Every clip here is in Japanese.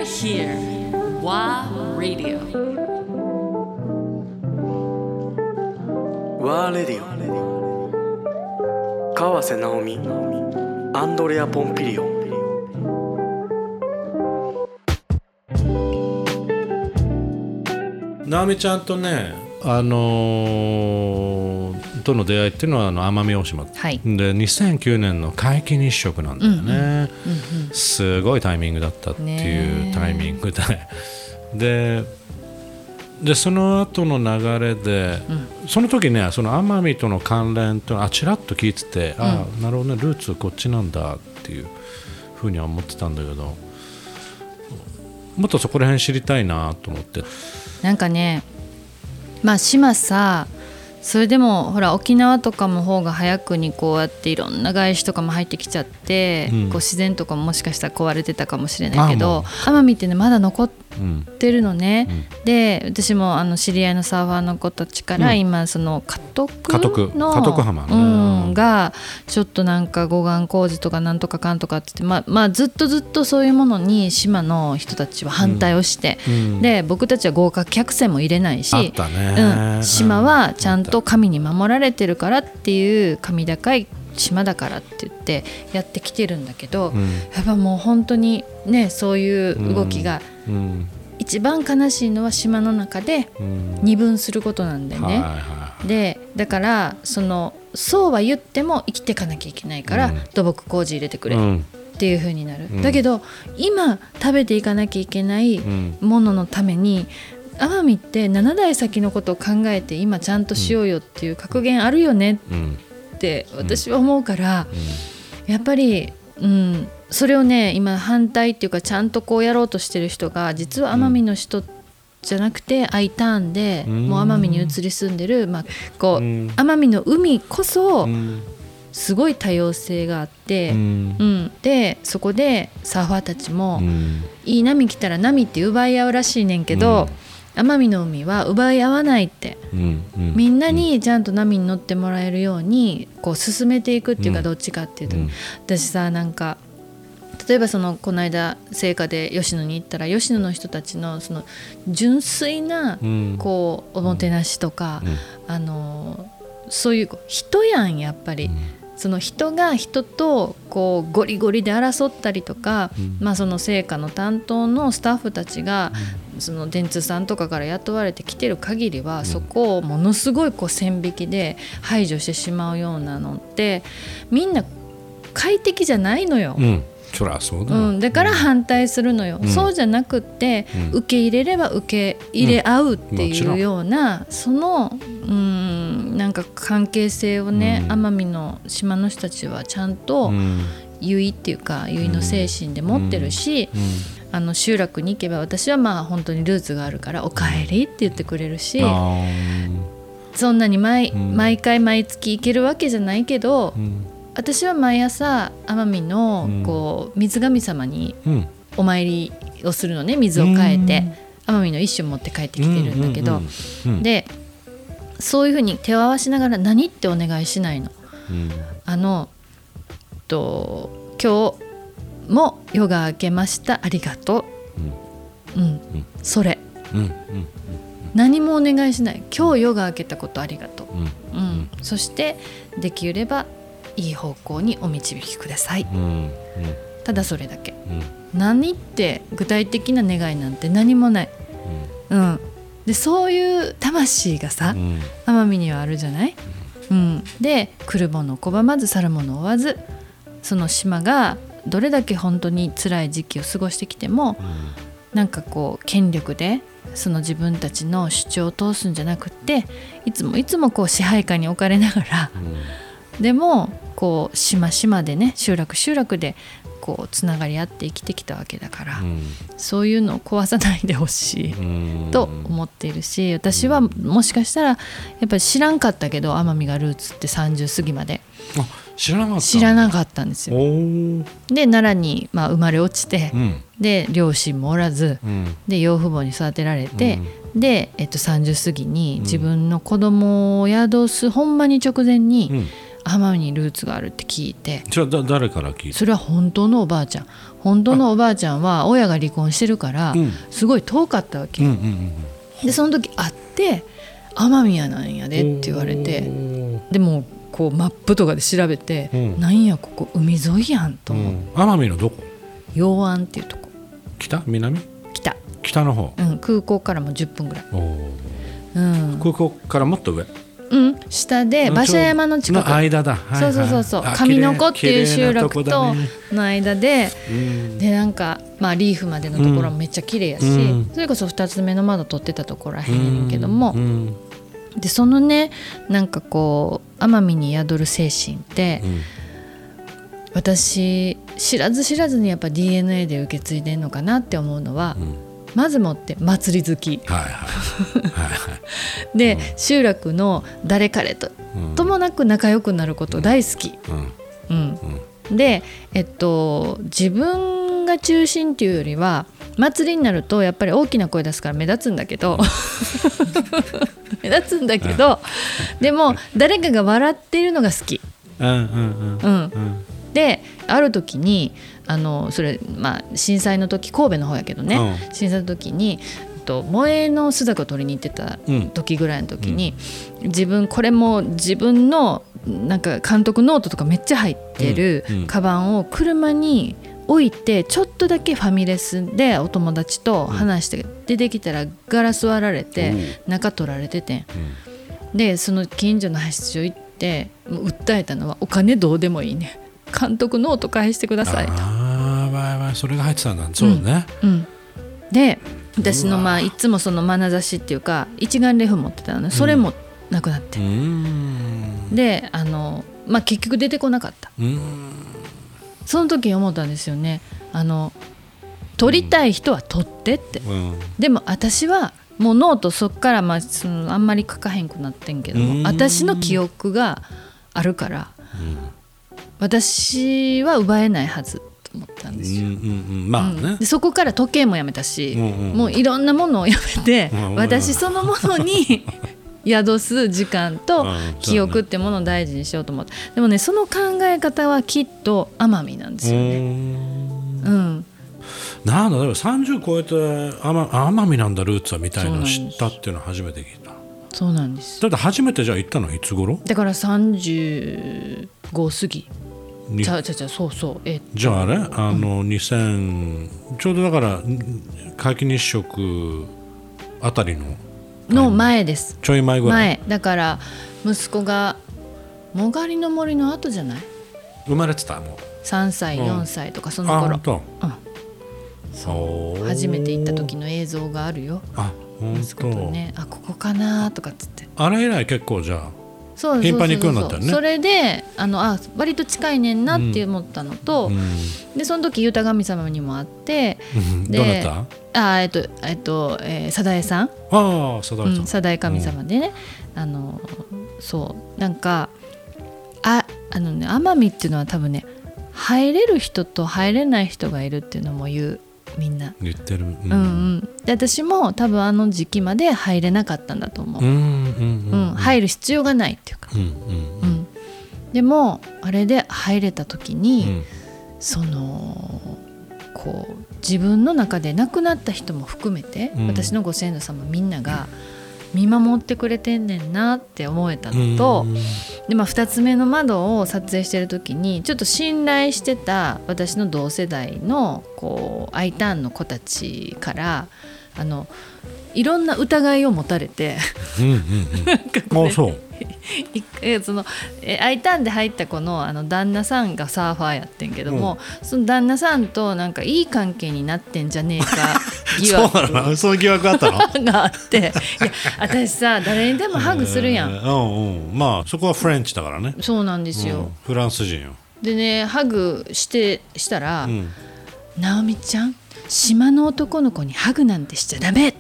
here. WA Radio. WA Radio 川瀬直美アンドレア・ポンピリオン。 直美ちゃんとね、との出会いっていうのは奄美大島、はい、で2009年の皆既日食なんだよね、すごいタイミングだったっていうタイミングでその後の流れで、その時ね、その奄美との関連とちらっと聞いてて、なるほどね、ルーツこっちなんだっていうふうには思ってたんだけど、もっとそこら辺知りたいなと思って。 なんかね、島さ、それでもほら沖縄とかも方が早くにこうやっていろんな外資とかも入ってきちゃって、こう自然とかももしかしたら壊れてたかもしれないけど、奄美ってねまだ残ってるのね、で私も知り合いのサーファーの子たちから、今その家督浜、がちょっとなんか護岸工事とかなんとかかんとかって言って、ずっとそういうものに島の人たちは反対をして、で僕たちは豪華客船も入れないし、島はちゃんと神に守られてるからっていう、神高い島だからって言ってやってきてるんだけど、やっぱもう本当にね、そういう動きが、一番悲しいのは島の中で二分することなんだよね、でだからそうは言っても生きていかなきゃいけないから、土木工事入れてくれっていう風になる、だけど今食べていかなきゃいけないもののために、奄美って7代先のことを考えて今ちゃんとしようよっていう格言あるよねって私は思うから、やっぱり、それをね今反対っていうかちゃんとこうやろうとしてる人が実は奄美の人じゃなくて I ターンでもう奄美に移り住んでる、奄美の海こそすごい多様性があって、でそこでサーファーたちも、いい波来たら波って奪い合うらしいねんけど、奄美の海は奪い合わないって、みんなにちゃんと波に乗ってもらえるようにこう進めていくっていうか、どっちかっていうと、私さ、なんか例えばこの間聖火で吉野に行ったら、吉野の人たちのその純粋なこうおもてなしとか、そういう人やん、やっぱり。その人が人とこうゴリゴリで争ったりとか、その聖火の担当のスタッフたちがその電通さんとかから雇われてきてる限りは、そこをものすごいこう線引きで排除してしまうようなのってみんな快適じゃないのよ、 そりゃそうだ、 だから反対するのよ、そうじゃなくって、受け入れれば受け入れ合うっていうような、なんか関係性をね、奄美の島の人たちはちゃんと結っていうか結の精神で持ってるし、集落に行けば私は本当にルーツがあるからおかえりって言ってくれるし、そんなに毎回毎月行けるわけじゃないけど、私は毎朝奄美のこう水神様にお参りをするのね、水を変えて奄美の一種持って帰ってきてるんだけど、でそういうふうに手を合わしながら何ってお願いしないの、今日も夜が明けましたありがとう、それ、何もお願いしない、今日夜が明けたことありがとう、そしてできればいい方向にお導きください、ただそれだけ、何って具体的な願いなんて何もない、でそういう魂がさ、奄美にはあるじゃない、で来るもの拒まず去るもの追わず、その島がどれだけ本当に辛い時期を過ごしてきても、なんかこう権力でその自分たちの主張を通すんじゃなくって、いつもこう支配下に置かれながら、でもこう島々でね、集落でこうつながり合って生きてきたわけだから、そういうのを壊さないでほしいと思っているし、私はもしかしたらやっぱり知らんかったけど、奄美がルーツって30過ぎまで知らなかったんですよ。で奈良に生まれ落ちて、で両親もおらず、で養父母に育てられて、で、30過ぎに自分の子供を宿すほんまに直前に、 奄美にルーツがあるって聞いて。 じゃあ誰から聞いて？ それは本当のおばあちゃん。本当のおばあちゃんは親が離婚してるからすごい遠かったわけ、でその時会って奄美やなんやでって言われて、でもこうマップとかで調べて、なんやここ海沿いやんと思う、 奄美のどこ？ 陽安っていうとこ。 北？南？北の方、 空港からも10分ぐらい。 空港からもっと上？ 下で馬車山の近くの間だ。 そう上の子っていう集落との間で、でなんかリーフまでのところもめっちゃ綺麗やし、それこそ2つ目の窓取ってたところらへんねんけども、でそのねなんかこう奄美に宿る精神って、私知らず知らずにやっぱ DNA で受け継いでんのかなって思うのは、まずもって祭り好き、で、集落の誰彼ともなく仲良くなること大好き、で、自分が中心っていうよりは祭りになるとやっぱり大きな声出すから目立つんだけどでも誰かが笑っているのが好き。である時にそれ震災の時神戸の方やけどね、震災の時に萌えの巣作を取りに行ってた時ぐらいの時に、これも自分のなんか監督ノートとかめっちゃ入ってるカバンを車に置いて、ちょっとだけファミレスでお友達と話して出てきたらガラス割られて中取られててん、でその近所の派出所行って訴えたのはお金どうでもいいね、監督ノート返してくださいと。 それが入ってたんだ。そうね、 で私のいつもその眼差しっていうか一眼レフ持ってたのね、それもなくなって、で結局出てこなかった。その時思ったんですよね。撮りたい人は撮ってって、でも私はもうノートそっからあんまり書かへんくなってんけども、私の記憶があるから、私は奪えないはずと思ったんですよ。でそこから時計もやめたし、もういろんなものをやめて、私そのものに宿す時間と記憶ってものを大事にしようと思って。でもね、その考え方はきっと奄美なんですよね。 なんだ、だから30超えて奄美なんだルーツはみたいなのを知ったっていうのは初めて聞いた。 そうなんです。 だって初めてじゃあ行ったのはいつ頃？ だから35過ぎ。そうそう。 じゃああれ2000ちょうどだから皆既日食あたりの前です。 ちょい前ぐらい。 だから息子がもがりの森の後じゃない？ 生まれてたもう 3歳4歳とかその頃。そう初めて行った時の映像があるよ。息子とね、ここかなとかっつって。あれ以来結構じゃあ頻繁に行くようになったよね。 それで割と近いねんなって思ったのと、でその時豊神様にも会って、 どなた？ 貞江さん。貞江神様でね、そうなんか奄美っていうのは多分ね、入れる人と入れない人がいるっていうのもみんな言ってる。 で私も多分あの時期まで入れなかったんだと思う。入る必要がないっていうか、でもあれで入れた時に、こう自分の中で亡くなった人も含めて、私のご先祖様みんなが見守ってくれてんねんなって思えたのと、で2つ目の窓を撮影してる時にちょっと信頼してた私の同世代のIターンの子たちからいろんな疑いを持たれてそう Iターンで入った子の旦那さんがサーファーやってんけども、その旦那さんとなんかいい関係になってんじゃねえか疑惑そう疑惑あったのがあって、いや私さ誰にでもハグするやん。 そこはフレンチだからね。 そうなんですよ、 フランス人よ。でね、ハグしたら、直美ちゃん島の男の子にハグなんてしちゃダメ。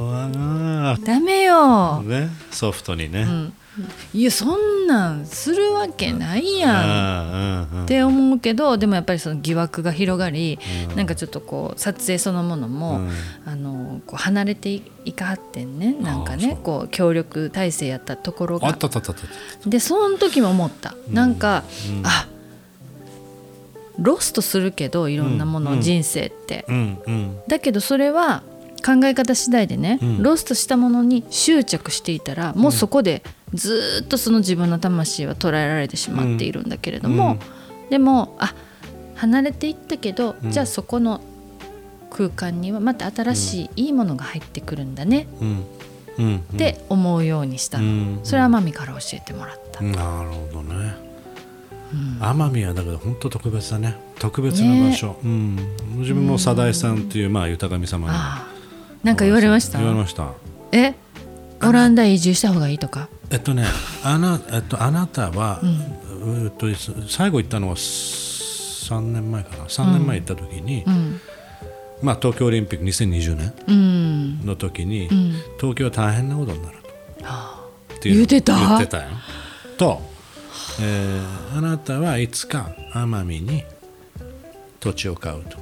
ダメよ、 ね、ソフトにね、 いやそんなんするわけないやんって思うけど、でもやっぱりその疑惑が広がり、なんかちょっとこう撮影そのものも、こう離れていかはってんね、なんかね、こう協力体制やったところがで、その時も思った、なんか、ロストするけどいろんなもの、人生って、だけどそれは考え方次第でね、ロストしたものに執着していたら、もうそこでずっとその自分の魂は捉えられてしまっているんだけれども、でも離れていったけど、じゃあそこの空間にはまた新しいいいものが入ってくるんだね、って思うようにしたの、それは奄美から教えてもらった。 なるほどね。奄美はだから本当特別だね、特別な場所、自分も貞江さんっていう、豊神様になんか言われました。 言われました。 オランダ移住した方がいいとか。 あなたは、最後行ったのは3年前かな、3年前行った時に、東京オリンピック2020年の時に、東京は大変なことになると言ってたよと、あなたはいつか奄美に土地を買うと。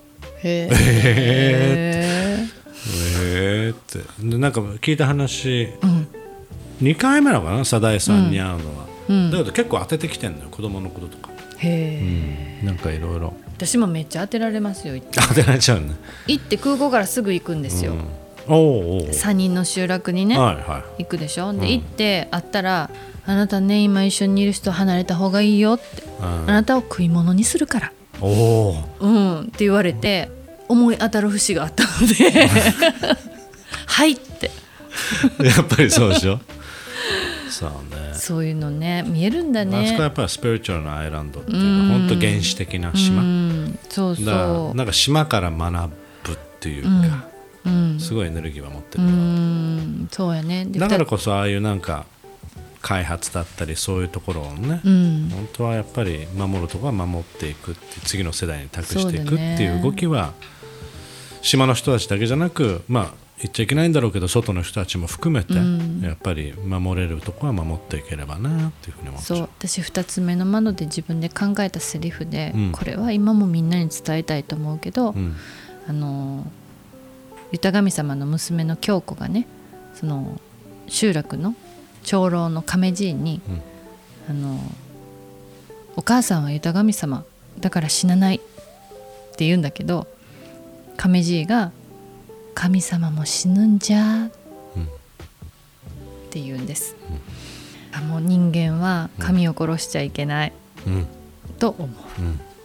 ってなんか聞いた話、2回目なのかな、貞江さんに会うのは、だけど結構当ててきてんのよ、子供のこととか。なんかいろいろ私もめっちゃ当てられますよ。 当てられちゃうね。 行って空港からすぐ行くんですよ、3人の集落にね、行くでしょ。で行って会ったら、あなたね、今一緒にいる人離れた方がいいよって、あなたを食い物にするからって言われて、思い当たる節があったのではいってやっぱりそうでしょそうね、 そういうのね、見えるんだね。 あそこはやっぱりスピリチュアルなアイランドっていうか、本当原始的な島、 そうそう、 なんか島から学ぶっていうか、すごいエネルギーは持ってるそうやね。 だからこそああいうなんか開発だったり、そういうところをね、本当はやっぱり守るところは守っていくって、次の世代に託していくっていう動きは、島の人たちだけじゃなく、言っちゃいけないんだろうけど、外の人たちも含めて、やっぱり守れるところは守っていければなっていうふうに思っちゃう。 そう、私2つ目の窓で自分で考えたセリフで、これは今もみんなに伝えたいと思うけど、豊神様の娘の京子がね、その集落の長老の亀爺に、お母さんは豊神様だから死なないって言うんだけど、亀爺が神様も死ぬんじゃって言うんです、もう人間は神を殺しちゃいけない、と思う、